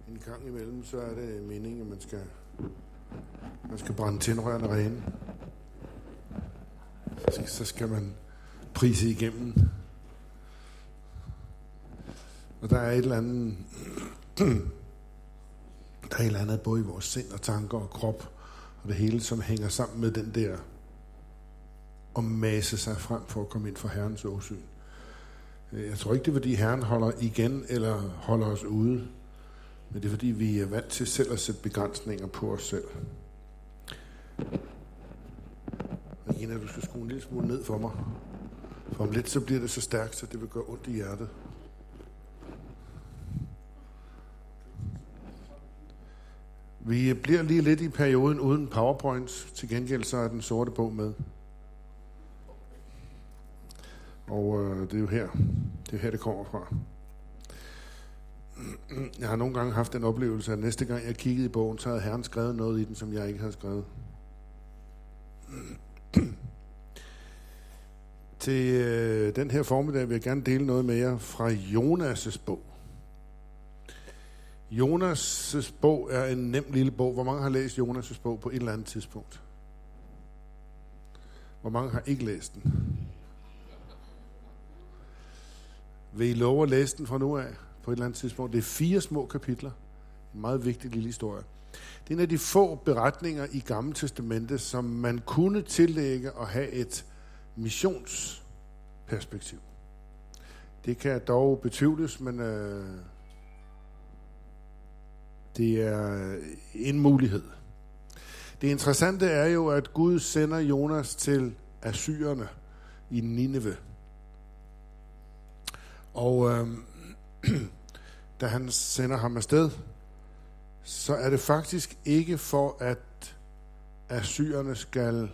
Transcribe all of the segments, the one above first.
En gang imellem, så er det meningen, at man skal brænde tændrørene rene. Så skal man prise igennem. Og der er et eller andet både i vores sind og tanker og krop og det hele, som hænger sammen med den der og mase sig frem for at komme ind for Herrens åsyn. Jeg tror ikke, det er, fordi Herren holder igen eller holder os ude, men det er, fordi vi er vant til selv at sætte begrænsninger på os selv. Regina, du skal skrue en lille smule ned for mig. For om lidt, så bliver det så stærkt, så det vil gøre ondt i hjertet. Vi bliver lige lidt i perioden uden PowerPoints. Til gengæld så er den sorte bog med. Og det er jo her, det kommer fra. Jeg har nogle gange haft den oplevelse, at næste gang jeg kiggede i bogen, så havde Herren skrevet noget i den, som jeg ikke havde skrevet. Til den her formiddag vil jeg gerne dele noget med jer fra Jonas' bog. Jonas' bog er en nem lille bog. Hvor mange har læst Jonas' bog på et eller andet tidspunkt? Hvor mange har ikke læst den? Vil I love at læse den fra nu af på et eller andet tidspunkt? Det er 4 små kapitler. En meget vigtig lille historie. Det er en af de få beretninger i Gamle Testamente, som man kunne tillægge og have et missionsperspektiv. Det kan dog betvivles, men det er en mulighed. Det interessante er jo, at Gud sender Jonas til assyrerne i Nineve. Og da han sender ham afsted, så er det faktisk ikke for, at assyrerne skal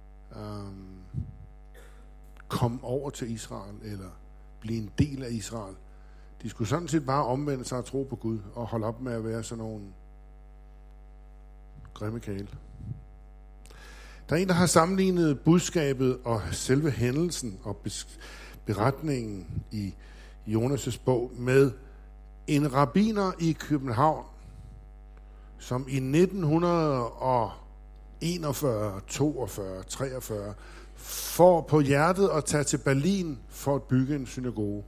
komme over til Israel, eller blive en del af Israel. De skulle sådan set bare omvende sig og tro på Gud, og holde op med at være sådan nogle grimme kæle. Der er en, der har sammenlignet budskabet og selve hændelsen og beretningen i Jonas' bog med en rabbiner i København, som i 1941, 42, 43 får på hjertet at tage til Berlin for at bygge en synagoge.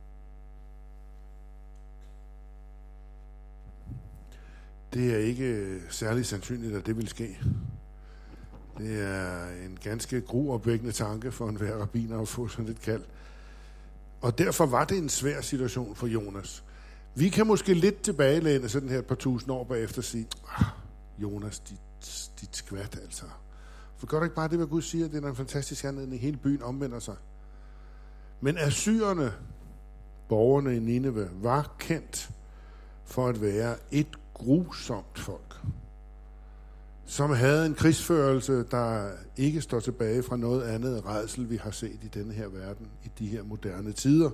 Det er ikke særlig sandsynligt, at det vil ske. Det er en ganske gruopvækkende tanke for enhver rabbiner at få sådan et kald. Og derfor var det en svær situation for Jonas. Vi kan måske lidt tilbagelæne sådan her et par tusind år bagefter og sige, Jonas, dit skvat altså. For gør du ikke bare det, hvad Gud siger? Det er en fantastisk anledning. Hele byen omvender sig. Men assyrerne, borgerne i Nineve, var kendt for at være et grusomt folk, som havde en krigsførelse, der ikke står tilbage fra noget andet rædsel, vi har set i denne her verden, i de her moderne tider.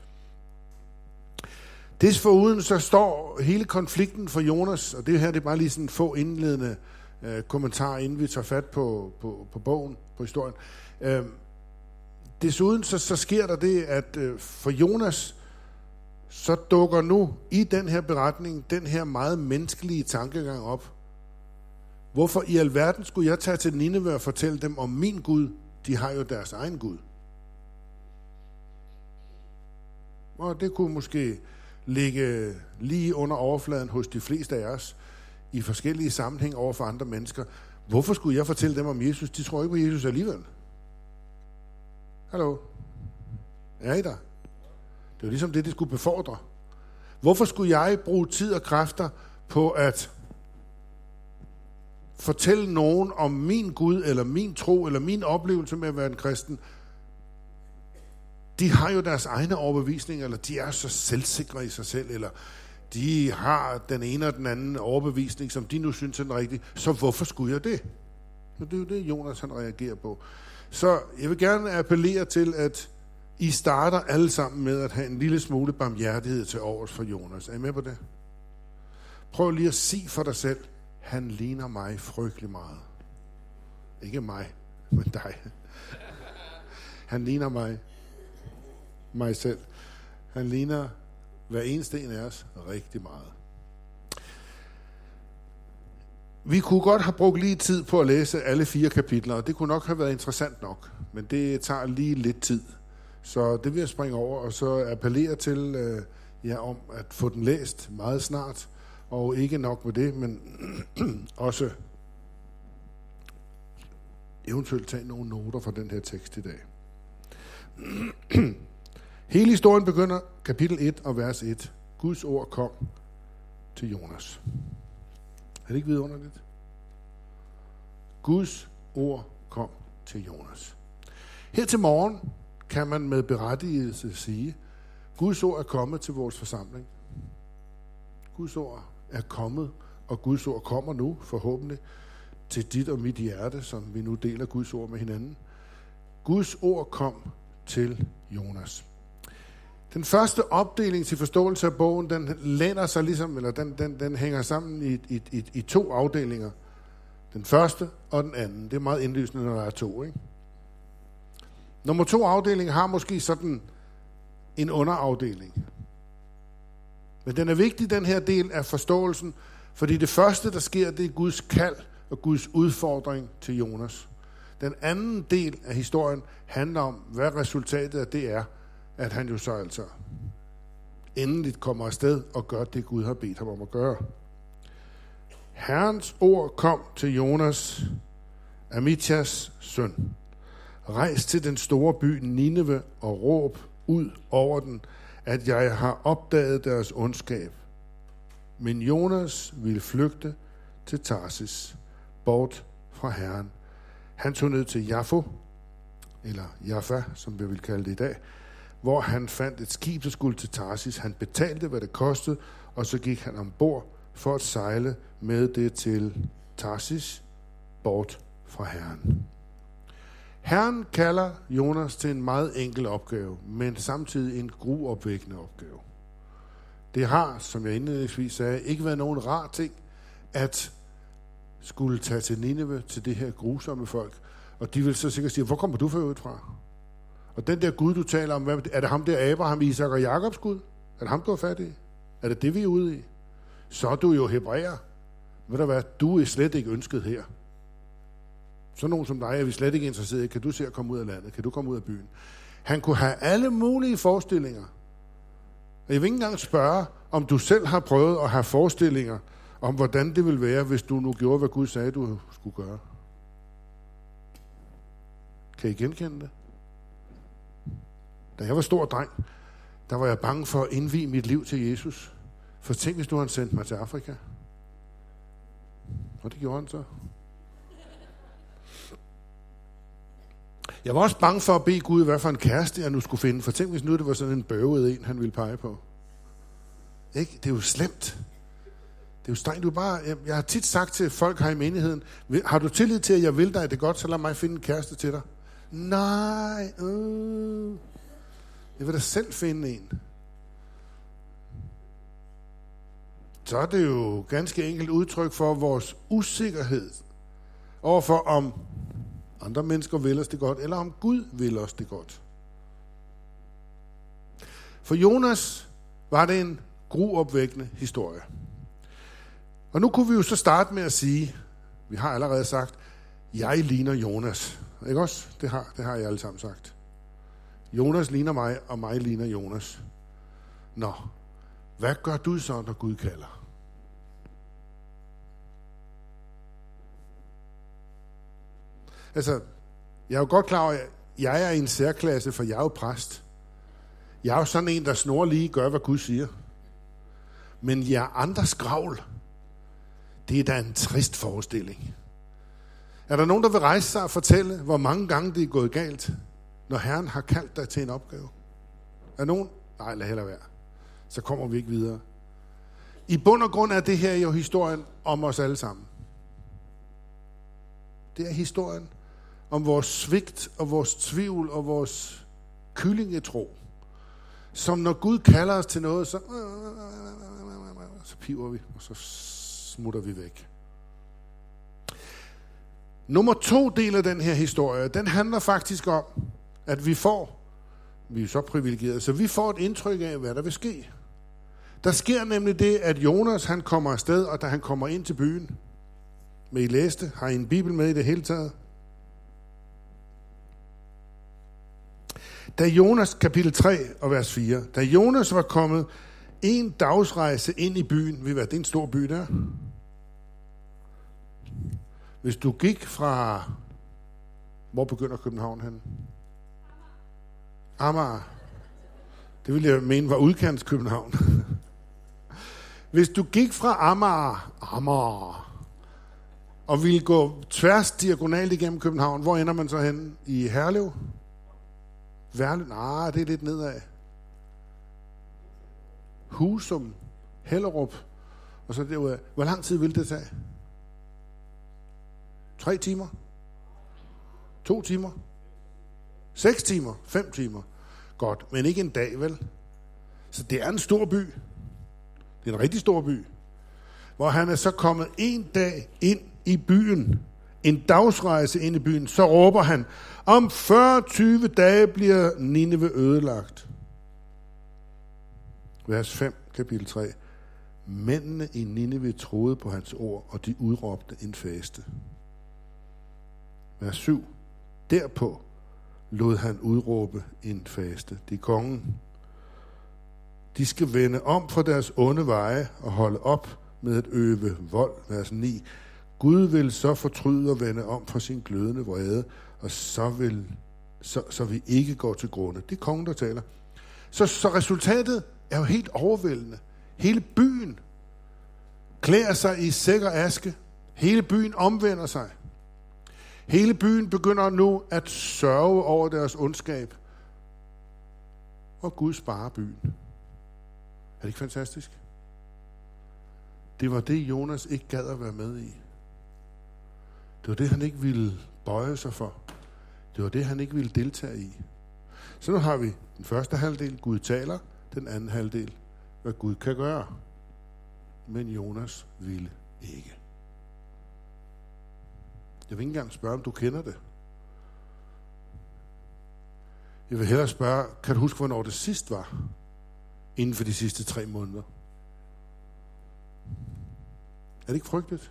Desforuden så står hele konflikten for Jonas, og det her det er bare lige sådan få indledende kommentarer, inden vi tager fat på bogen, på historien. Desuden så sker der det, at for Jonas, så dukker nu i den her beretning, den her meget menneskelige tankegang op. Hvorfor i alverden skulle jeg tage til Nineve og fortælle dem om min Gud? De har jo deres egen Gud. Og det kunne måske ligge lige under overfladen hos de fleste af os, i forskellige sammenhæng over for andre mennesker. Hvorfor skulle jeg fortælle dem om Jesus? De tror ikke på Jesus alligevel. Hallo? Er I der? Det er jo ligesom det skulle befordre. Hvorfor skulle jeg bruge tid og kræfter på at fortælle nogen om min Gud, eller min tro, eller min oplevelse med at være en kristen? De har jo deres egne overbevisninger, eller de er så selvsikre i sig selv, eller de har den ene og den anden overbevisning, som de nu synes er den rigtige. Så hvorfor skulle jeg det? Det er jo det, Jonas han reagerer på. Så jeg vil gerne appellere til, at I starter alle sammen med at have en lille smule barmhjertighed til overs for Jonas. Er I med på det? Prøv lige at sige for dig selv, han ligner mig frygtelig meget. Ikke mig, men dig. Han ligner mig selv. Han ligner hver eneste en af os rigtig meget. Vi kunne godt have brugt lige tid på at læse alle 4 kapitler, og det kunne nok have været interessant nok, men det tager lige lidt tid. Så det vil jeg springe over, og så appellere til jer om at få den læst meget snart, og ikke nok med det, men også eventuelt tage nogle noter fra den her tekst i dag. Hele historien begynder kapitel 1 og vers 1. Guds ord kom til Jonas. Er det ikke vidunderligt? Guds ord kom til Jonas. Her til morgen kan man med berettigelse sige, Guds ord er kommet til vores forsamling. Guds ord er kommet, og Guds ord kommer nu forhåbentlig til dit og mit hjerte, som vi nu deler Guds ord med hinanden. Guds ord kom til Jonas. Den første opdeling til forståelse af bogen, den læner sig ligesom, eller den hænger sammen i 2 afdelinger. Den første og den anden. Det er meget indlysende, når der er 2, ikke? Nummer 2 afdeling har måske sådan en underafdeling. Men den er vigtig, den her del af forståelsen, fordi det første, der sker, det er Guds kald og Guds udfordring til Jonas. Den anden del af historien handler om, hvad resultatet af det er, at han jo så altså endeligt kommer afsted og gør det, Gud har bedt ham om at gøre. Herrens ord kom til Jonas, Amitjas søn. Rejs til den store by Nineve og råb ud over den, at jeg har opdaget deres ondskab. Men Jonas ville flygte til Tarsis, bort fra Herren. Han tog ned til Jaffo, eller Jaffa, som vi vil kalde det i dag, hvor han fandt et skib, der skulle til Tarsis. Han betalte, hvad det kostede, og så gik han ombord for at sejle med det til Tarsis, bort fra Herren. Herren kalder Jonas til en meget enkel opgave, men samtidig en gruopvækkende opgave. Det har, som jeg indledningsvis sagde, ikke været nogen rar ting, at skulle tage til Nineve, til det her grusomme folk. Og de vil så sikkert sige, hvor kommer du for øvrigt fra? Og den der Gud, du taler om, er det ham der Abraham, Isak og Jakobs Gud? Er det ham, du er fat i? Er det det, vi er ude i? Så er du jo hebræer. Ved du hvad, du er slet ikke ønsket her. Så nogen som dig er vi slet ikke interesseret i. Kan du se at komme ud af landet? Kan du komme ud af byen? Han kunne have alle mulige forestillinger. Og jeg vil ikke engang spørge, om du selv har prøvet at have forestillinger om, hvordan det ville være, hvis du nu gjorde, hvad Gud sagde, du skulle gøre. Kan I genkende det? Da jeg var stor dreng, der var jeg bange for at indvie mit liv til Jesus. For tænk, hvis du havde sendt mig til Afrika. Og det gjorde han så. Jeg var også bange for at bede Gud, hvad for en kæreste jeg nu skulle finde. For tænk, hvis nu det var sådan en bøvet en, han ville pege på. Ikke? Det er jo slemt. Det er jo strengt. Jeg har tit sagt til folk her i menigheden, har du tillid til, at jeg vil dig det godt, så lad mig finde en kæreste til dig. Nej. Jeg vil da selv finde en. Så er det jo ganske enkelt udtryk for vores usikkerhed overfor, om andre mennesker vil os det godt, eller om Gud vil os det godt. For Jonas var det en gruopvækkende historie. Og nu kunne vi jo så starte med at sige, vi har allerede sagt, jeg ligner Jonas. Ikke også? Det har jeg alle sammen sagt. Jonas ligner mig, og mig ligner Jonas. Nå, hvad gør du så, når Gud kalder? Altså, jeg er jo godt klar over, at jeg er i en særklasse, for jeg er jo præst. Jeg er jo sådan en, der snorlige gør, hvad Gud siger. Men jer andres skravl, det er da en trist forestilling. Er der nogen, der vil rejse sig og fortælle, hvor mange gange det er gået galt, når Herren har kaldt dig til en opgave? Er nogen? Nej, lad hellere være. Så kommer vi ikke videre. I bund og grund er det her jo historien om os alle sammen. Det er historien om vores svigt og vores tvivl og vores kyllingetro. Som når Gud kalder os til noget, så piver vi, og så smutter vi væk. Nummer 2 del af den her historie, den handler faktisk om, at vi er jo så privilegerede, så vi får et indtryk af, hvad der vil ske. Der sker nemlig det, at Jonas han kommer afsted, og da han kommer ind til byen, Vil I læse det? Har I en bibel med i det hele taget? Da Jonas, kapitel 3 og vers 4, da Jonas var kommet en dagsrejse ind i byen, ved I hvad, det er en stor by der. Hvis du gik fra, hvor begynder København henne? Amager. Det ville jeg mene var udkants København. Hvis du gik fra Amager, og ville gå tværs diagonalt igennem København, hvor ender man så henne? I Herlev? Værløb? Nej, det er lidt nedad. Husum, Hellerup, og så derudad. Hvor lang tid ville det tage? 3 timer? 2 timer? 6 timer? 5 timer? Godt, men ikke en dag, vel? Så det er en stor by. Det er en rigtig stor by. Hvor han er så kommet en dag ind i byen. En dagsrejse ind i byen. Så råber han, om 40-20 dage bliver Nineve ødelagt. Vers 5, kapitel 3. Mændene i Nineve troede på hans ord, og de udråbte en faste. Vers 7. Derpå lod han udråbe en faste. Det er kongen. De skal vende om fra deres onde veje og holde op med at øve vold. Vers 9. Gud vil så fortryde og vende om fra sin glødende vrede, og så vi ikke går til grunde. Det er kongen, der taler. Så resultatet er jo helt overvældende. Hele byen klæder sig i sæk og aske. Hele byen omvender sig. Hele byen begynder nu at sørge over deres ondskab. Og Gud sparer byen. Er det ikke fantastisk? Det var det, Jonas ikke gad at være med i. Det var det, han ikke ville bøje sig for. Det var det, han ikke ville deltage i. Så nu har vi den første halvdel, Gud taler, den anden halvdel, hvad Gud kan gøre. Men Jonas ville ikke. Jeg vil ikke engang spørge, om du kender det. Jeg vil hellere spørge, kan du huske, hvornår det sidst var? Inden for de sidste 3 måneder. Er det ikke frygteligt?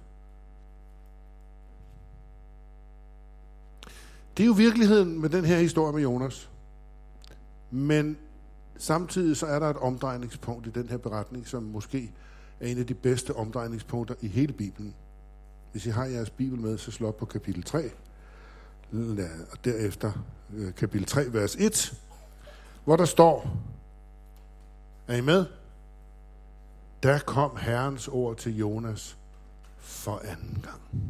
Det er jo virkeligheden med den her historie med Jonas. Men samtidig så er der et omdrejningspunkt i den her beretning, som måske er en af de bedste omdrejningspunkter i hele Bibelen. Hvis I har jeres Bibel med, så slå op på kapitel 3. Og derefter kapitel 3, vers 1, hvor der står, er I med? Der kom Herrens ord til Jonas for anden gang.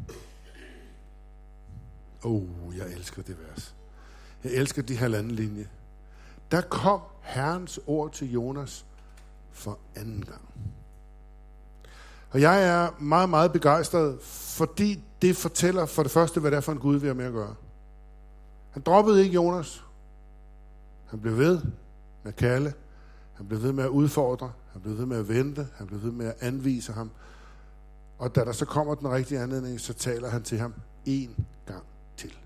Jeg elsker det vers. Jeg elsker de halvanden linje. Der kom Herrens ord til Jonas for anden gang. Og jeg er meget, meget begejstret, fordi det fortæller for det første, hvad det er for en Gud, vi har med at gøre. Han droppede ikke Jonas. Han blev ved med at kalde. Han blev ved med at udfordre. Han blev ved med at vente. Han blev ved med at anvise ham. Og da der så kommer den rigtige anledning, så taler han til ham en gang til.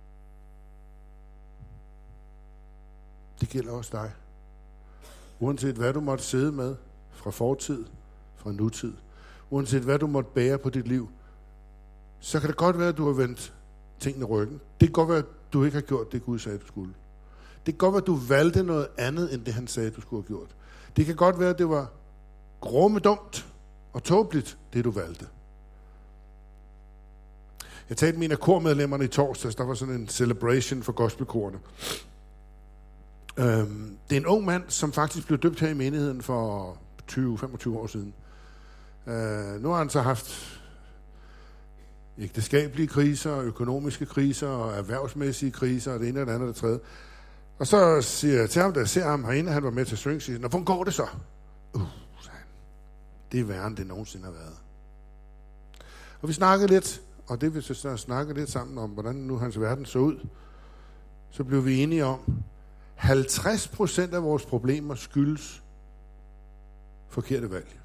Det gælder også dig. Uanset hvad du måtte sidde med fra fortid, fra nutid, uanset hvad du måtte bære på dit liv, så kan det godt være, at du har vendt tingene ryggen. Det kan godt være, at du ikke har gjort det, Gud sagde, du skulle. Det kan godt være, at du valgte noget andet, end det han sagde, du skulle have gjort. Det kan godt være, at det var grumme dumt og tåbeligt, det du valgte. Jeg talte med en af kormedlemmerne i torsdags, der var sådan en celebration for gospelkorene. Det er en ung mand, som faktisk blev døbt her i menigheden for 20-25 år siden. Nu har han så haft ægteskabelige kriser, økonomiske kriser og erhvervsmæssige kriser, og det ene og det andet og det tredje. Og så siger jeg til ham, da jeg ser ham herinde, han var med til at synge, siger, nå, hvordan går det så? Det er værre, end det nogensinde har været. Og vi snakkede lidt, og det vi så snakkede lidt sammen om, hvordan nu hans verden så ud, så blev vi enige om, 50% af vores problemer skyldes forkerte valg.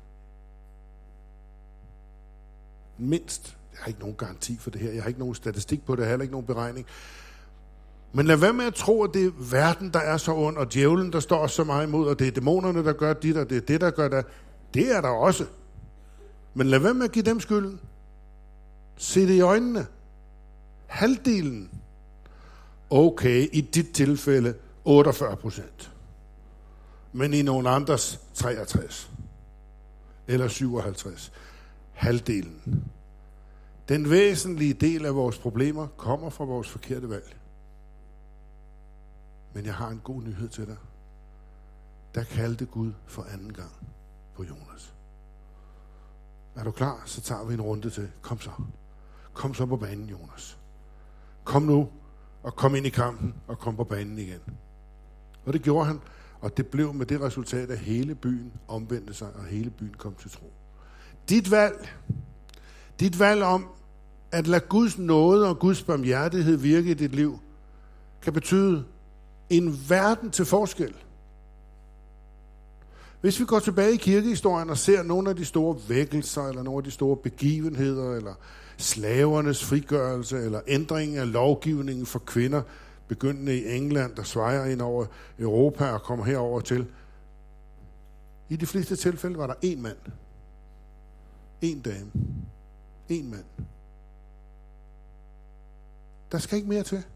Mindst. Jeg har ikke nogen garanti for det her. Jeg har ikke nogen statistik på det. Jeg har heller ikke nogen beregning. Men lad være med at tro, at det er verden, der er så ond, og djævlen, der står så meget imod, og det er dæmonerne, der gør dit, og det er det, der gør det. Det er der også. Men lad være med at give dem skylden. Se det i øjnene. Halvdelen. Okay, i dit tilfælde 48%. Men i nogle andres 63. Eller 57. Halvdelen. Den væsentlige del af vores problemer kommer fra vores forkerte valg. Men jeg har en god nyhed til dig. Der kaldte Gud for anden gang på Jonas. Er du klar? Så tager vi en runde til. Kom så. Kom så på banen, Jonas. Kom nu, og kom ind i kampen, og kom på banen igen. Og det gjorde han, og det blev med det resultat, at hele byen omvendte sig, og hele byen kom til tro. Dit valg om at lade Guds nåde og Guds barmhjertighed virke i dit liv, kan betyde en verden til forskel. Hvis vi går tilbage i kirkehistorien og ser nogle af de store vækkelser, eller nogle af de store begivenheder, eller slavernes frigørelse, eller ændringen af lovgivningen for kvinder, begyndende i England, der svejer ind over Europa og kommer herover til. I de fleste tilfælde var der én mand, én dame, én mand. Der skal ikke mere til.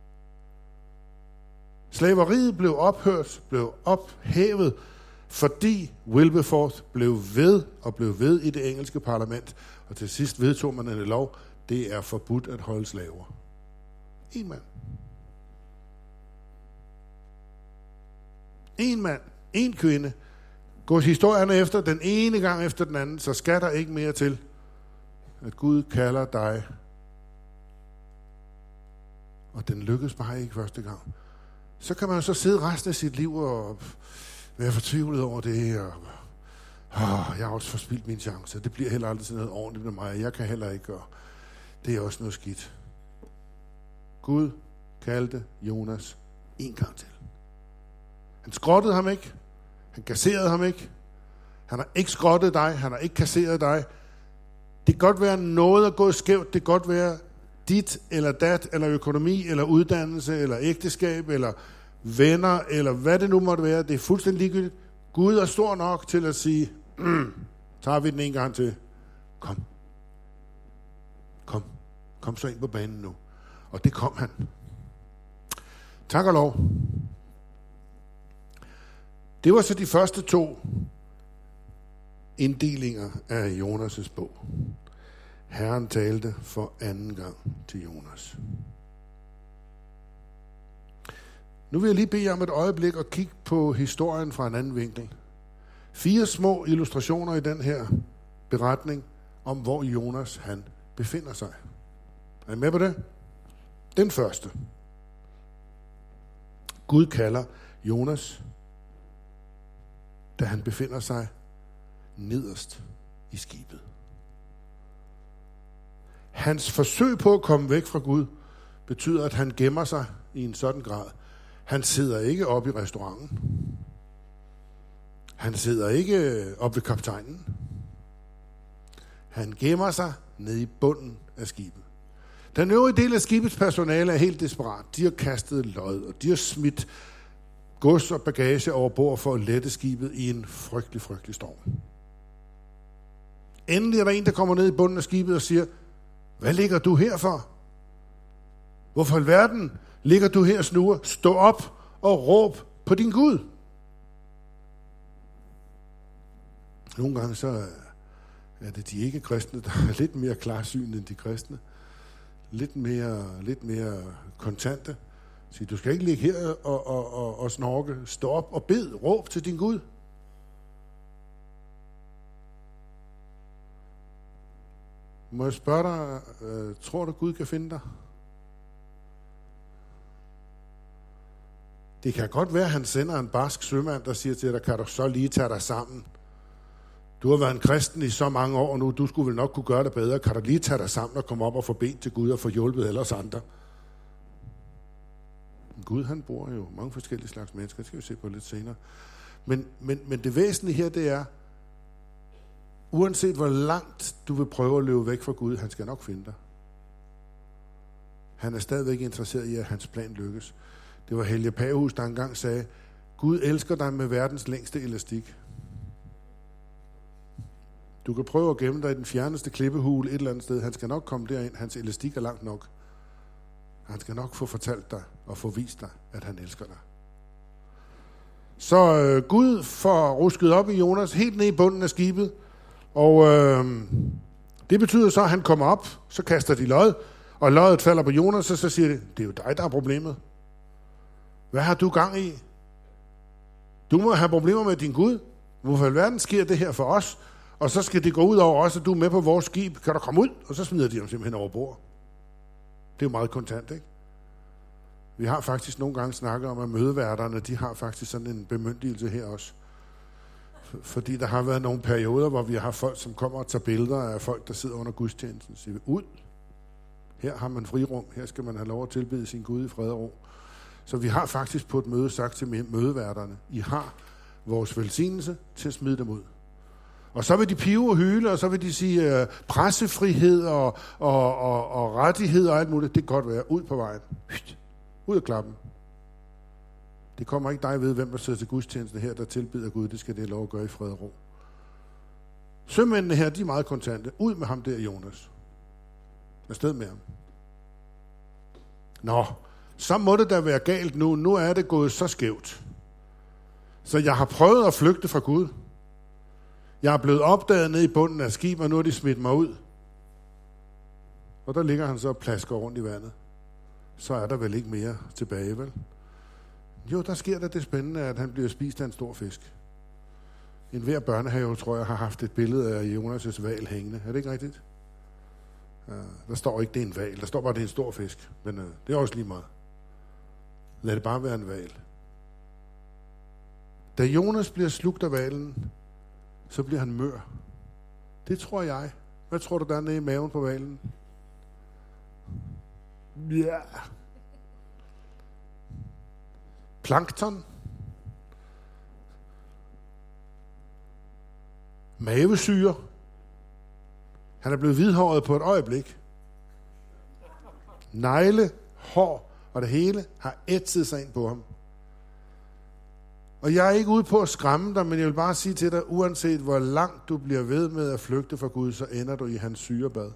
Slaveriet blev ophævet, fordi Wilberforce blev ved i det engelske parlament, og til sidst vedtog man en lov, det er forbudt at holde slaver. En mand. En mand, en kvinde. Går historierne efter den ene gang efter den anden, så skal der ikke mere til, at Gud kalder dig. Og den lykkes bare ikke første gang. Så kan man så sidde resten af sit liv og være fortvivlet over det, og jeg har også forspildt min chance. Det bliver heller aldrig sådan noget ordentligt med mig. Jeg kan heller ikke gøre. Det er også noget skidt. Gud kaldte Jonas en gang til. Han skrottede ham ikke. Han kasserede ham ikke. Han har ikke skrottet dig. Han har ikke kasseret dig. Det kan godt være noget at gå skævt. Det kan godt være dit eller dat, eller økonomi, eller uddannelse, eller ægteskab, eller venner, eller hvad det nu måtte være. Det er fuldstændig ligegyldigt. Gud er stor nok til at sige, tager vi den en gang til. Kom så ind på banen nu. Og det kom han. Tak og lov. Det var så de første 2 inddelinger af Jonas' bog. Herren talte for anden gang til Jonas. Nu vil jeg lige bede jer om et øjeblik og kigge på historien fra en anden vinkel. 4 små illustrationer i den her beretning om, hvor Jonas han befinder sig. Er I med på det? Den første. Gud kalder Jonas, da han befinder sig nederst i skibet. Hans forsøg på at komme væk fra Gud betyder, at han gemmer sig i en sådan grad. Han sidder ikke oppe i restauranten. Han sidder ikke oppe ved kaptajnen. Han gemmer sig nede i bunden af skibet. Den øvrige del af skibets personale er helt desperat. De har kastet lod, og de har smidt gods og bagage over bord for at lette skibet i en frygtelig, frygtelig storm. Endelig er der en, der kommer ned i bunden af skibet og siger, hvad ligger du her for? Hvorfor i alverden ligger du her og snurrer? Stå op og råb på din Gud. Nogle gange så er det de ikke-kristne, der er lidt mere klarsynede end de kristne. Lidt mere kontante. Så du skal ikke ligge her og snorke. Stå op og bed. Råb til din Gud. Må jeg spørge dig, tror du Gud kan finde dig? Det kan godt være, at han sender en barsk sømand, der siger til dig, kan du så lige tage dig sammen? Du har været en kristen i så mange år nu, du skulle vel nok kunne gøre det bedre. Kan du lige tage dig sammen og komme op og få bedt til Gud og få hjulpet ellers andre? Gud, han bruger jo mange forskellige slags mennesker, det skal vi se på lidt senere. Men det væsentlige her, det er, uanset hvor langt du vil prøve at løbe væk fra Gud, han skal nok finde dig. Han er stadigvæk interesseret i, at hans plan lykkes. Det var Helge Pagehus, der engang sagde, Gud elsker dig med verdens længste elastik. Du kan prøve at gemme dig i den fjerneste klippehule et eller andet sted. Han skal nok komme derind. Hans elastik er langt nok. Han skal nok få fortalt dig og få vist dig, at han elsker dig. Så Gud får rusket op i Jonas helt ned i bunden af skibet. Og det betyder så, at han kommer op. Så kaster de lod. Og loddet falder på Jonas, og så siger de, det er jo dig, der er problemet. Hvad har du gang i? Du må have problemer med din Gud. Hvorfor i alverden sker det her for os? Og så skal det gå ud over os, at du er med på vores skib. Kan du komme ud? Og så smider de ham simpelthen over bord. Det er jo meget kontant, ikke? Vi har faktisk nogle gange snakket om, at mødeværterne, de har faktisk sådan en bemyndigelse her også. Fordi der har været nogle perioder, hvor vi har folk, som kommer og tager billeder af folk, der sidder under gudstjenesten. Så siger vi, ud. Her har man frirum. Her skal man have lov at tilbede sin Gud i fred og ro. Så vi har faktisk på et møde sagt til mødeværterne, I har vores velsignelse til at smide dem ud. Og så vil de pive og hyle, og så vil de sige pressefrihed og rettighed og alt muligt. Det kan godt være. Ud på vejen. Ud af klappen. Det kommer ikke dig ved, hvem der sidder til gudstjenesten her, der tilbeder Gud. Det skal det have lov at gøre i fred og ro. Sømændene her, de er meget kontante. Ud med ham der, Jonas. Afsted med ham. Nå, så må det da være galt nu. Nu er det gået så skævt. Så jeg har prøvet at flygte fra Gud. Jeg er blevet opdaget nede i bunden af skibet, og nu har de smidt mig ud. Og der ligger han så og plasker rundt i vandet. Så er der vel ikke mere tilbage, vel? Jo, der sker der det spændende, at han bliver spist af en stor fisk. En hver børnehave, tror jeg, har haft et billede af Jonas' hval hængende. Er det ikke rigtigt? Der står ikke, det er en hval. Der står bare, det er en stor fisk. Men det er også lige meget. Lad det bare være en hval. Da Jonas bliver slugt af hvalen, så bliver han mør. Det tror jeg. Hvad tror du, der er nede i maven på hvalen? Ja. Plankton. Mavesyre. Han er blevet hvidhåret på et øjeblik. Negle, hår og det hele har ætset sig ind på ham. Og jeg er ikke ude på at skræmme dig, men jeg vil bare sige til dig, uanset hvor langt du bliver ved med at flygte fra Gud, så ender du i hans syrebad.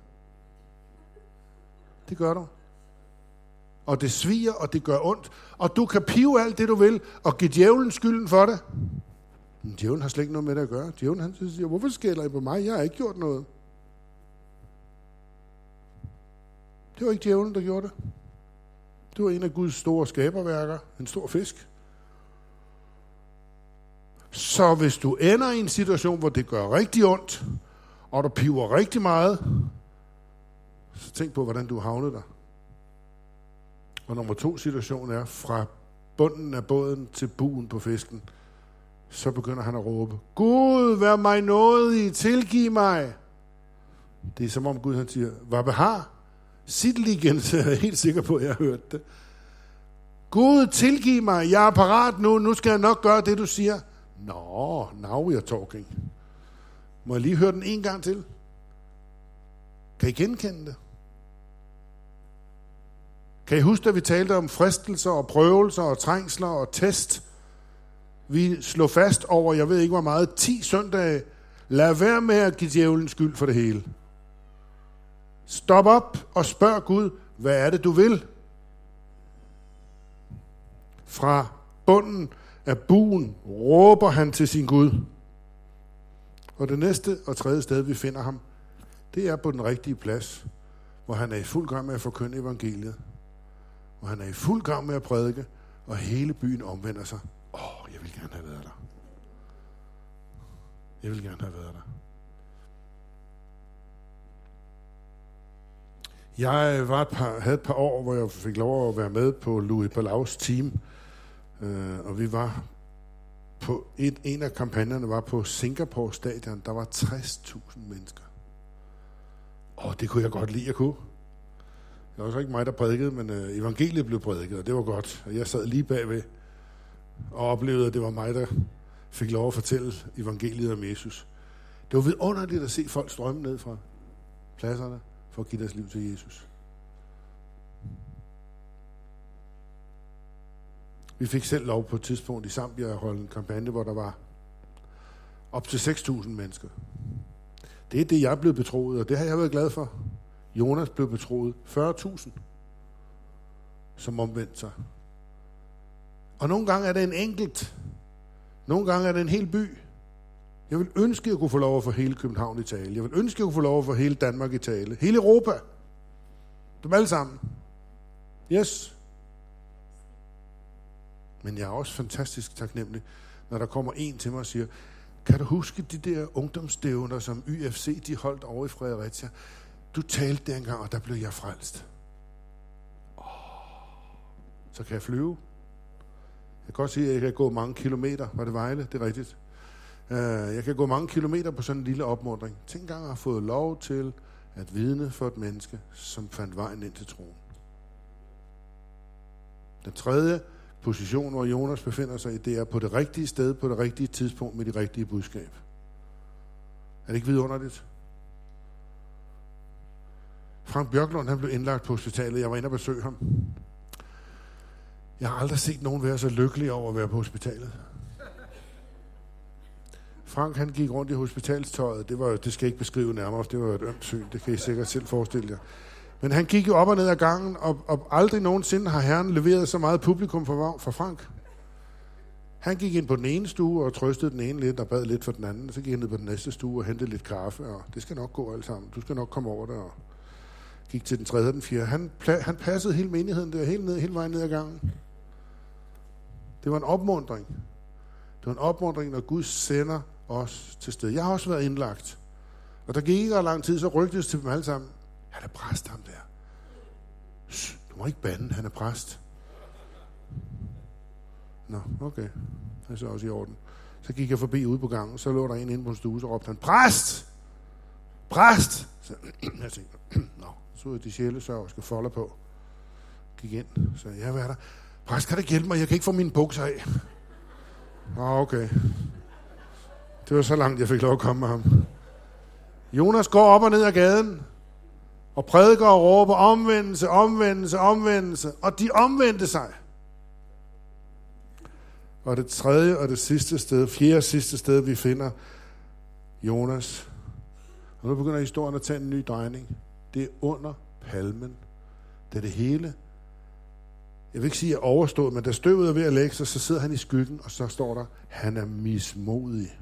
Det gør du. Og det sviger, og det gør ondt. Og du kan pive alt det, du vil, og give djævlen skylden for det. Men djævlen har slet ikke noget med det at gøre. Djævlen han siger, hvorfor skælder I på mig? Jeg har ikke gjort noget. Det var ikke djævlen, der gjorde det. Det var en af Guds store skaberværker. En stor fisk. Så hvis du ender i en situation, hvor det gør rigtig ondt, og du piver rigtig meget, så tænk på, hvordan du havnede der. Og nummer 2 situation er, fra bunden af båden til buen på fisken, så begynder han at råbe, Gud, vær mig nådig, tilgiv mig. Det er som om Gud han siger, hvad behar? Sig det igen, så jeg er helt sikker på, at jeg har hørt det. Gud, tilgiv mig, jeg er parat nu skal jeg nok gøre det, du siger. Nå, now we are talking. Må jeg lige høre den en gang til? Kan I genkende det? Kan I huske, at vi talte om fristelser og prøvelser og trængsler og test? Vi slog fast over, jeg ved ikke hvor meget, 10 søndage. Lad være med at give djævlen skyld for det hele. Stop op og spørg Gud, hvad er det, du vil? Fra bunden af buen råber han til sin Gud. Og det næste og tredje sted, vi finder ham, det er på den rigtige plads, hvor han er i fuld gang med at forkynde evangeliet. Hvor han er i fuld gang med at prædike, og hele byen omvender sig. Jeg vil gerne have været der. Jeg vil gerne have været der. Jeg havde et par år, hvor jeg fik lov at være med på Louis Palaus team. Og vi var på en af kampagnerne var på Singapore stadion. Der var 60.000 mennesker. Det kunne jeg godt lide at kunne. Det var også ikke mig, der prædikede, men evangeliet blev prædiket, og det var godt. Og jeg sad lige bagved og oplevede, at det var mig, der fik lov at fortælle evangeliet om Jesus. Det var vidunderligt at se folk strømme ned fra pladserne for at give deres liv til Jesus. Vi fik selv lov på et tidspunkt i Zambia at holde en kampagne, hvor der var op til 6.000 mennesker. Det er det, jeg er blevet betroet, og det har jeg været glad for. Jonas blev betroet 40.000, som omvendte sig. Og nogle gange er det en enkelt. Nogle gange er det en hel by. Jeg vil ønske, at jeg kunne få lov at få hele København i tale. Jeg vil ønske, at jeg kunne få lov at få hele Danmark i tale. Hele Europa. Dem alle sammen. Yes. Men jeg er også fantastisk taknemmelig, når der kommer en til mig og siger, kan du huske de der ungdomsstævner, som UFC de holdt over i Fredericia? Du talte der engang, og der blev jeg frelst. Så kan jeg flyve. Jeg kan godt sige, at jeg kan gå mange kilometer. Var det Vejle? Det er rigtigt. Jeg kan gå mange kilometer på sådan en lille opmuntring. Tænk engang at have fået lov til at vidne for et menneske, som fandt vejen ind til troen. Den tredje position, hvor Jonas befinder sig i, det er på det rigtige sted, på det rigtige tidspunkt, med de rigtige budskab. Er det ikke vidunderligt? Frank Bjørklund, han blev indlagt på hospitalet. Jeg var inde og besøge ham. Jeg har aldrig set nogen være så lykkelig over at være på hospitalet. Frank, han gik rundt i hospitalstøjet. Det skal jeg ikke beskrive nærmere, det var et ømt syn. Det kan I sikkert selv forestille jer. Men han gik jo op og ned ad gangen, og aldrig nogensinde har Herren leveret så meget publikum for Frank. Han gik ind på den ene stue og trøstede den ene lidt og bad lidt for den anden. Så gik han ned på den næste stue og hentede lidt kaffe, og det skal nok gå alt sammen. Du skal nok komme over der, og gik til den tredje og den fjerde. Han passede hele menigheden der, hele vejen ned ad gangen. Det var en opmuntring. Det var en opmuntring, når Gud sender os til sted. Jeg har også været indlagt. Og der gik ikke lang tid, så rygtes til dem alle sammen. Han er præst, ham der. Du må ikke bande, han er præst. Nå, okay. Det er så også i orden. Så gik jeg forbi ude på gangen, så lå der en inde på en stue, så råbte han, præst! Præst! Så jeg tænkte, nå, så er de sjælesørgerske folder på. Gik ind, så jeg hvad er der? Præst, kan du hjælpe mig? Jeg kan ikke få mine bukser af. Nå, okay. Det var så langt, jeg fik lov at komme med ham. Jonas går op og ned ad gaden, og prædiker og råber omvendelse, omvendelse, omvendelse. Og de omvendte sig. Og det tredje og det sidste sted, fjerde sidste sted, vi finder Jonas. Og nu begynder historien at tage en ny drejning. Det er under palmen. Det er det hele. Jeg vil ikke sige, at jeg overstod, men da støvet er ved at lægge sig, så sidder han i skyggen, og så står der, han er mismodig.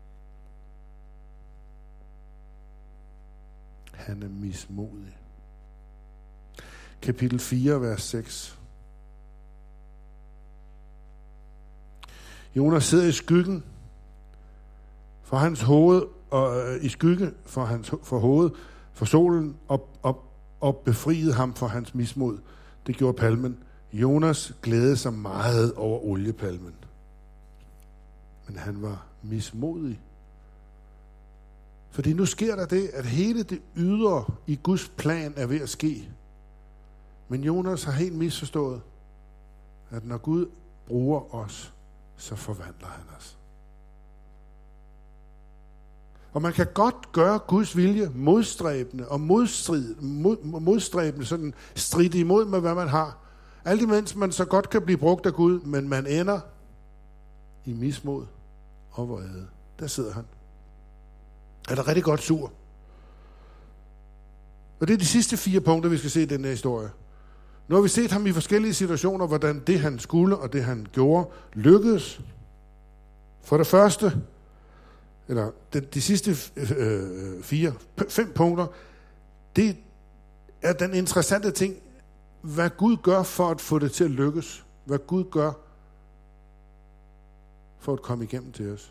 Han er mismodig. Kapitel 4, vers 6. Jonas sidder i skyggen for hans hoved, og i skygge for hovedet, for solen, og befriede ham for hans mismod. Det gjorde palmen. Jonas glædede sig meget over oliepalmen. Men han var mismodig. Fordi nu sker der det, at hele det ydre i Guds plan er ved at ske. Men Jonas har helt misforstået, at når Gud bruger os, så forvandler han os. Og man kan godt gøre Guds vilje modstræbende og modstræbende, sådan stridt imod med, hvad man har. Alt imens man så godt kan blive brugt af Gud, men man ender i mismod og vrede. Der sidder han. Er der rigtig godt sur. Og det er de sidste 4 punkter, vi skal se i den her historie. Nu har vi set ham i forskellige situationer, hvordan det han skulle og det han gjorde lykkedes. For det første, eller de sidste 5 punkter, det er den interessante ting, hvad Gud gør for at få det til at lykkes. Hvad Gud gør for at komme igennem til os.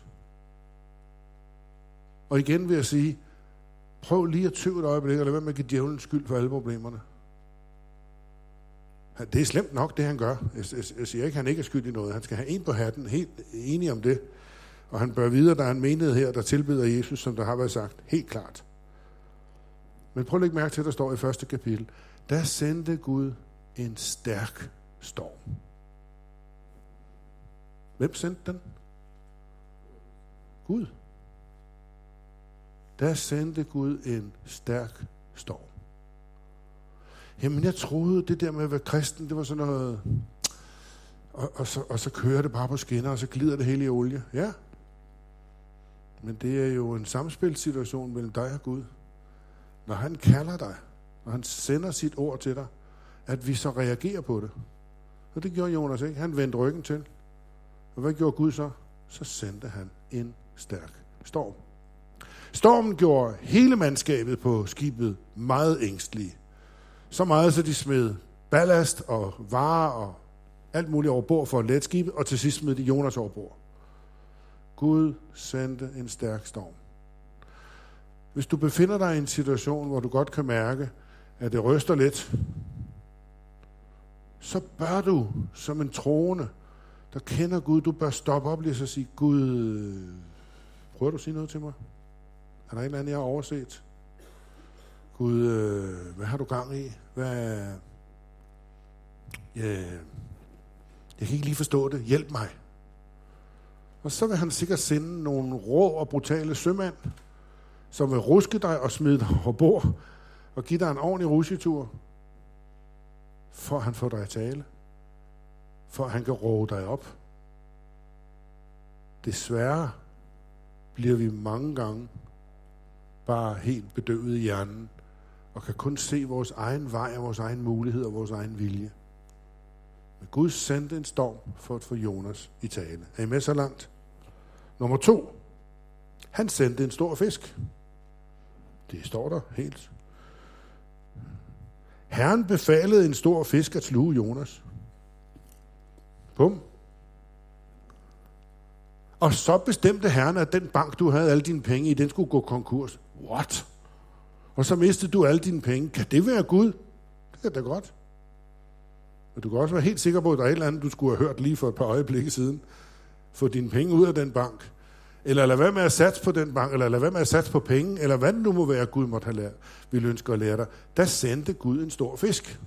Og igen vil jeg sige, prøv lige at tøve et øjeblik, og lad være med at give djævlen skyld for alle problemerne. Det er slemt nok, det han gør. Jeg siger ikke, at han ikke er skyld i noget. Han skal have en på hatten, helt enig om det. Og han bør vide, at der er en menighed her, der tilbeder Jesus, som der har været sagt. Helt klart. Men prøv at lægge mærke til, at der står i 1. kapitel. Der sendte Gud en stærk storm. Hvem sendte den? Gud. Der sendte Gud en stærk storm. Jamen, jeg troede, det der med at være kristen, det var sådan noget... Og så kører det bare på skinner, og så glider det hele i olie. Ja. Men det er jo en samspilssituation mellem dig og Gud. Når han kalder dig, når han sender sit ord til dig, at vi så reagerer på det. Og det gjorde Jonas ikke. Han vendte ryggen til. Og hvad gjorde Gud så? Så sendte han en stærk storm. Stormen gjorde hele mandskabet på skibet meget ængstelige. Så meget, så de smed ballast og varer og alt muligt over bord for at lette skibet, og til sidst smed de Jonas over bord. Gud sendte en stærk storm. Hvis du befinder dig i en situation, hvor du godt kan mærke, at det ryster lidt, så bør du som en troende, der kender Gud, du bør stoppe op lige og sige, Gud, prøver du at sige noget til mig? Er der et eller andet, jeg har overset? Gud, hvad har du gang i? Jeg kan ikke lige forstå det. Hjælp mig. Og så vil han sikkert sende nogle rå og brutale sømænd, som vil ruske dig og smide dig over bord, og give dig en ordentlig rusjetur, for at han får dig at tale, for at han kan råbe dig op. Desværre bliver vi mange gange bare helt bedøvet i hjernen, og kan kun se vores egen vej og vores egen mulighed og vores egen vilje. Men Gud sendte en storm for at få Jonas i tale. Er I med så langt? Nummer 2. Han sendte en stor fisk. Det står der helt. Herren befalede en stor fisk at sluge Jonas. Bum. Og så bestemte Herren, at den bank, du havde alle dine penge i, den skulle gå konkurs. What? Og så mistede du alle dine penge. Kan det være Gud? Det kan da godt. Men du kan også være helt sikker på, at der er et eller andet, du skulle have hørt lige for et par øjeblikke siden. Få dine penge ud af den bank. Eller lad være med at satse på den bank, eller lad være med at satse på penge, eller hvad det nu må være, Gud måtte have lært, ville ønske at lære dig. Der sendte Gud en stor fisk.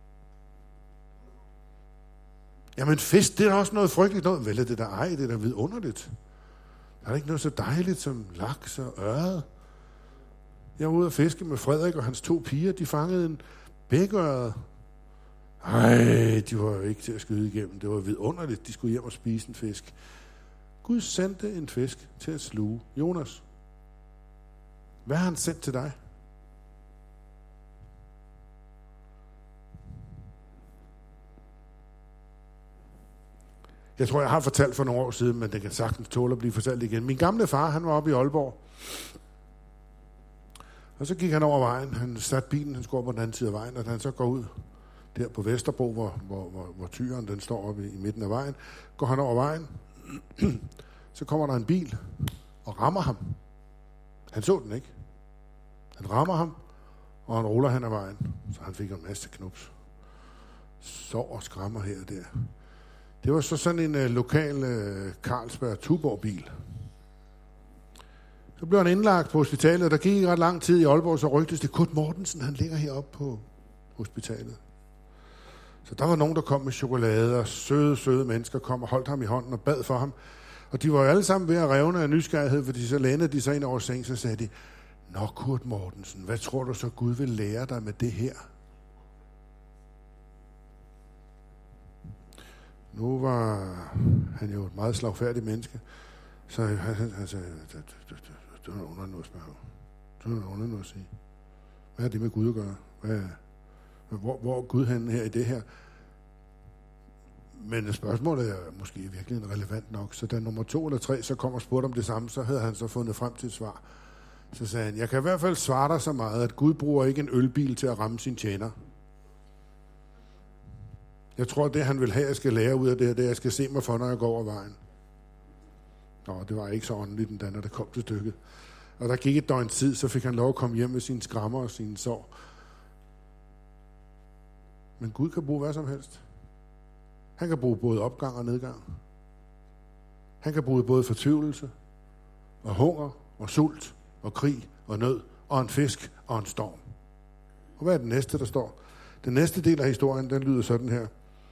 Jamen fisk, det er også noget frygteligt noget. Vel, det der det er da vidunderligt. Der er ikke noget så dejligt som laks og ørred. Jeg var ude at fiske med Frederik og hans 2 piger. De fangede en bækørred. Ej, de var jo ikke til at skyde igennem. Det var vidunderligt. De skulle hjem og spise en fisk. Gud sendte en fisk til at sluge Jonas. Hvad har han sendt til dig? Jeg tror, jeg har fortalt for nogle år siden, men det kan sagtens tåle at blive fortalt igen. Min gamle far, han var oppe i Aalborg. Og så gik han over vejen. Han satte bilen, han skulle op på den anden side af vejen, og da han så går ud der på Vesterbro, hvor tyren den står oppe i midten af vejen, går han over vejen. Så kommer der en bil og rammer ham. Han så den ikke. Han rammer ham, og han ruller hen ad vejen. Så han fik en masse knups. Sår og skrammer her og der. Det var så sådan en lokal Carlsberg-Tuborg-bil. Så blev han indlagt på hospitalet, der gik ikke ret lang tid i Aalborg, så rygtes det, Kurt Mortensen, han ligger heroppe på hospitalet. Så der var nogen, der kom med chokolade, og søde mennesker kom og holdt ham i hånden og bad for ham. Og de var jo alle sammen ved at revne af nysgerrighed, fordi så lænede de sig ind over seng, så sagde de, Nå Kurt Mortensen, hvad tror du så Gud vil lære dig med det her? Nu var han jo et meget slagfærdigt menneske, så han sagde, det er under noget at spørge. Det er under noget at sige. Hvad er det med Gud at gøre? Hvor er Gud henne her i det her? Men spørgsmålet er måske virkelig relevant nok. Så da nummer 2 eller 3 så kom og spurgte om det samme, så havde han så fundet frem til et svar. Så sagde han, jeg kan i hvert fald svare dig så meget, at Gud bruger ikke en ølbil til at ramme sin tjener. Jeg tror, det han vil have, jeg skal lære ud af det her, det er, at jeg skal se mig for, når jeg går over vejen. Nå, det var ikke så åndeligt, den når det kom til stykket. Og der gik et døgn tid, så fik han lov at komme hjem med sine skrammer og sine sår. Men Gud kan bruge hvad som helst. Han kan bruge både opgang og nedgang. Han kan bruge både fortvivlelse og hunger og sult og krig og nød og en fisk og en storm. Og hvad er det næste, der står? Den næste del af historien, den lyder sådan her.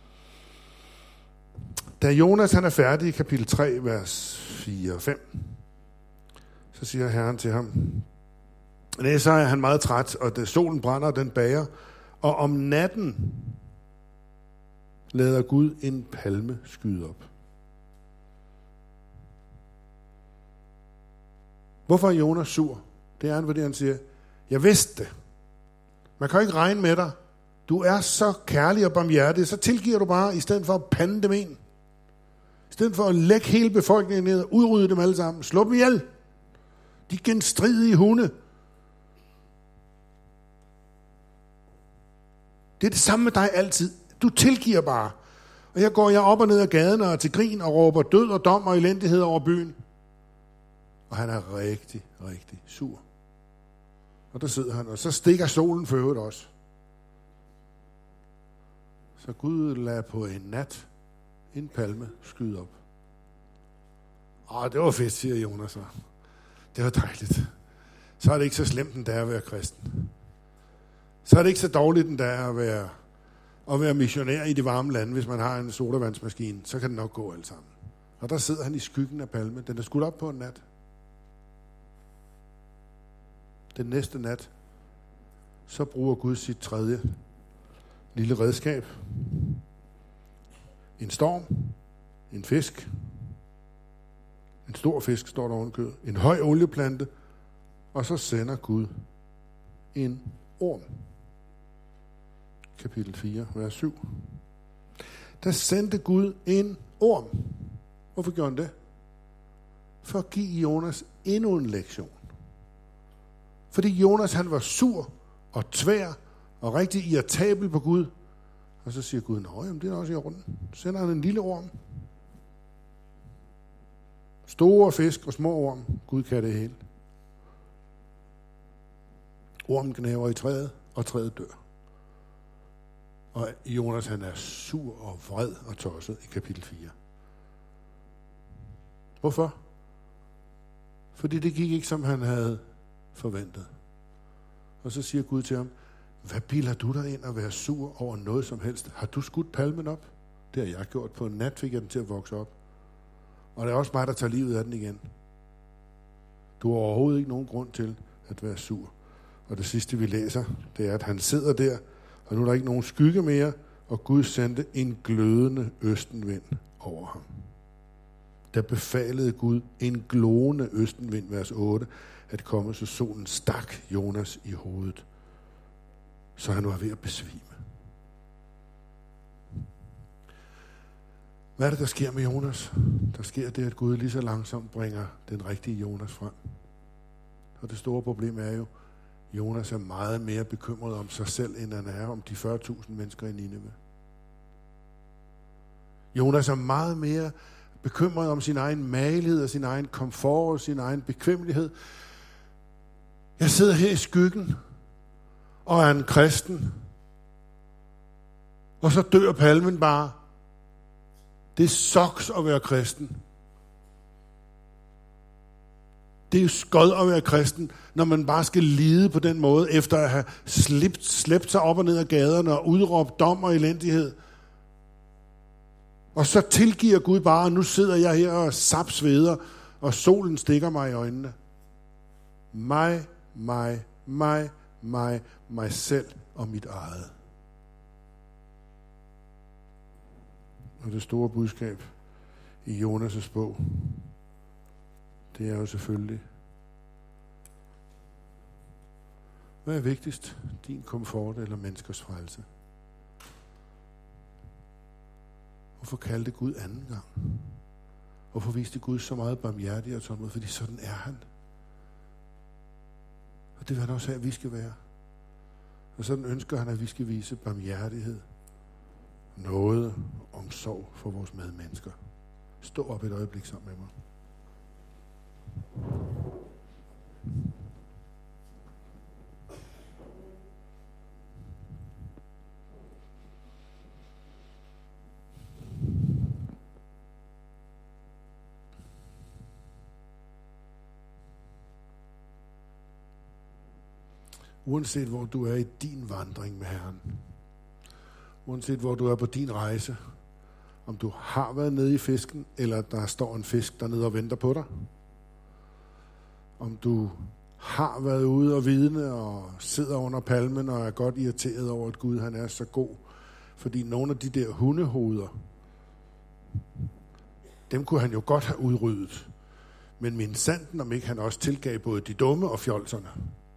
Da Jonas han er færdig i kapitel 3, vers 4 og 5, så siger Herren til ham, så er han meget træt, og da solen brænder, den bager, og om natten lader Gud en palme skyde op. Hvorfor er Jonas sur? Det er han, fordi han siger, jeg vidste det. Man kan jo ikke regne med dig. Du er så kærlig og barmhjertig, så tilgiver du bare, i stedet for at pande dem ind. I stedet for at lægge hele befolkningen ned og udrydde dem alle sammen. Slå dem ihjel. De genstridige hunde. Det er det samme med dig altid. Du tilgiver bare. Og her går jeg op og ned ad gaden og til grin og råber død og dom og elendighed over byen. Og han er rigtig, rigtig sur. Og der sidder han, og så stikker solen for øvrigt også. Så Gud lader på en nat en palme skyde op. Det var fedt, siger Jonas så. Det var dejligt. Så er det ikke så slemt, den der at være kristen. Så er det ikke så dårligt, den der at være missionær i de varme lande, hvis man har en sodavandsmaskine. Så kan det nok gå alt sammen. Og der sidder han i skyggen af palmen. Den er skudt op på en nat. Den næste nat, så bruger Gud sit tredje lille redskab. En storm, en fisk, en stor fisk står der ovenkød, en høj olieplante, og så sender Gud en orm. Kapitel 4, vers 7. Der sendte Gud en orm. Hvorfor gjorde han det? For at give Jonas endnu en lektion. Fordi Jonas, han var sur og tvær og rigtig irritabel på Gud. Og så siger Gud, jamen det er også i orden. Så sender han en lille orm. Store fisk og små orm. Gud kan det hele. Ormen gnaver i træet, og træet dør. Og Jonas, han er sur og vred og tosset i kapitel 4. Hvorfor? Fordi det gik ikke, som han havde forventet. Og så siger Gud til ham, hvad bilder du dig ind at være sur over noget som helst? Har du skudt palmen op? Det har jeg gjort. På en nat fik jeg den til at vokse op. Og det er også mig, der tager livet af den igen. Du har overhovedet ikke nogen grund til at være sur. Og det sidste, vi læser, det er, at han sidder der, og nu er der ikke nogen skygge mere, og Gud sendte en glødende østenvind over ham. Der befalede Gud en glående østenvind, vers 8, at komme, så solen stak Jonas i hovedet, så han var ved at besvime. Hvad er det, der sker med Jonas? Der sker det, at Gud lige så langsomt bringer den rigtige Jonas frem. Og det store problem er jo, Jonas er meget mere bekymret om sig selv, end han er om de 40.000 mennesker i Nineve. Jonas er meget mere bekymret om sin egen magelighed og sin egen komfort og sin egen bekvemmelighed. Jeg sidder her i skyggen og er en kristen, og så dør palmen bare. Det sucks at være kristen. Det er jo skød at være kristen, når man bare skal lide på den måde, efter at have slæbt sig op og ned ad gaderne og udråbt dom og elendighed. Og så tilgiver Gud bare, og nu sidder jeg her og sapsveder, og solen stikker mig i øjnene. Mig selv og mit eget. Og det store budskab i Jonas' bog, det er jo selvfølgelig, hvad er vigtigst? Din komfort eller menneskers frelse? Hvorfor kaldte Gud anden gang? Hvorfor viste Gud så meget barmhjertig og tålmodighed? Fordi sådan er han. Og det vil han også have, at vi skal være. Og sådan ønsker han, at vi skal vise barmhjertighed, nåde og omsorg for vores medmennesker. Stå op et øjeblik sammen med mig. Uanset hvor du er i din vandring med Herren, uanset hvor du er på din rejse, om du har været nede i fisken, eller der står en fisk dernede og venter på dig, om du har været ude og vidne og sidder under palmen og er godt irriteret over, at Gud han er så god, fordi nogle af de der hundehoveder, dem kunne han jo godt have udryddet. Men min sanden, om ikke han også tilgav både de dumme og fjolserne.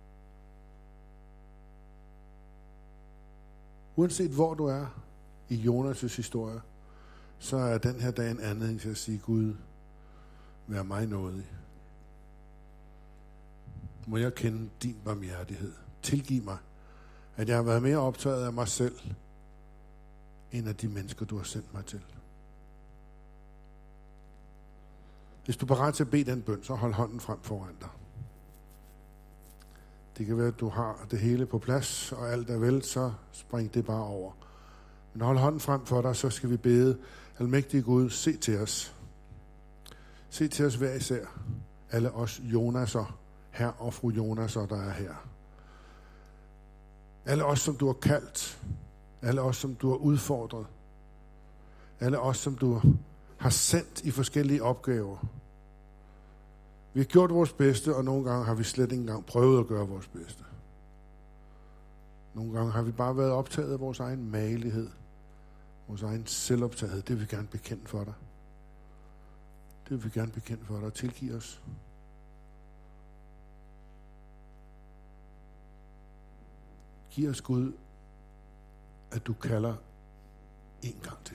Uanset hvor du er i Jonas' historie, så er den her dag en anledning til at sige, Gud, vær mig nådig. Må jeg kende din barmhjertighed. Tilgiv mig, at jeg har været mere optaget af mig selv, end af de mennesker, du har sendt mig til. Hvis du er parat til at bede den bøn, så hold hånden frem foran dig. Det kan være, at du har det hele på plads, og alt er vel, så spring det bare over. Men hold hånden frem for dig, så skal vi bede, almægtige Gud, se til os. Se til os hver især. Alle os Jonas'er, herr og fru Jonas'er, der er her. Alle os, som du har kaldt. Alle os, som du har udfordret. Alle os, som du har sendt i forskellige opgaver. Vi har gjort vores bedste, og nogle gange har vi slet ikke engang prøvet at gøre vores bedste. Nogle gange har vi bare været optaget af vores egen magelighed, vores egen selvoptagethed. Det vil vi gerne bekende for dig. Det vil vi gerne bekende for dig. Tilgiv os. Giv os, Gud, at du kalder en gang til.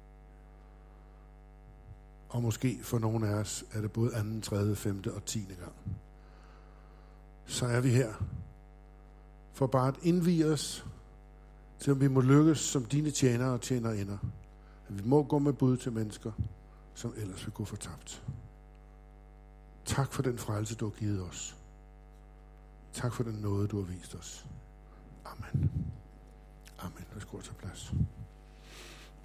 Og måske for nogle af os er det både anden, tredje, femte og 10. gang. Så er vi her for bare at indvie os til, at vi må lykkes som dine tjenere og tjenerinder. At vi må gå med bud til mennesker, som ellers vil gå fortabt. Tak for den frelse, du har givet os. Tak for den nåde, du har vist os. Amen. Amen. Lad os gå til plads.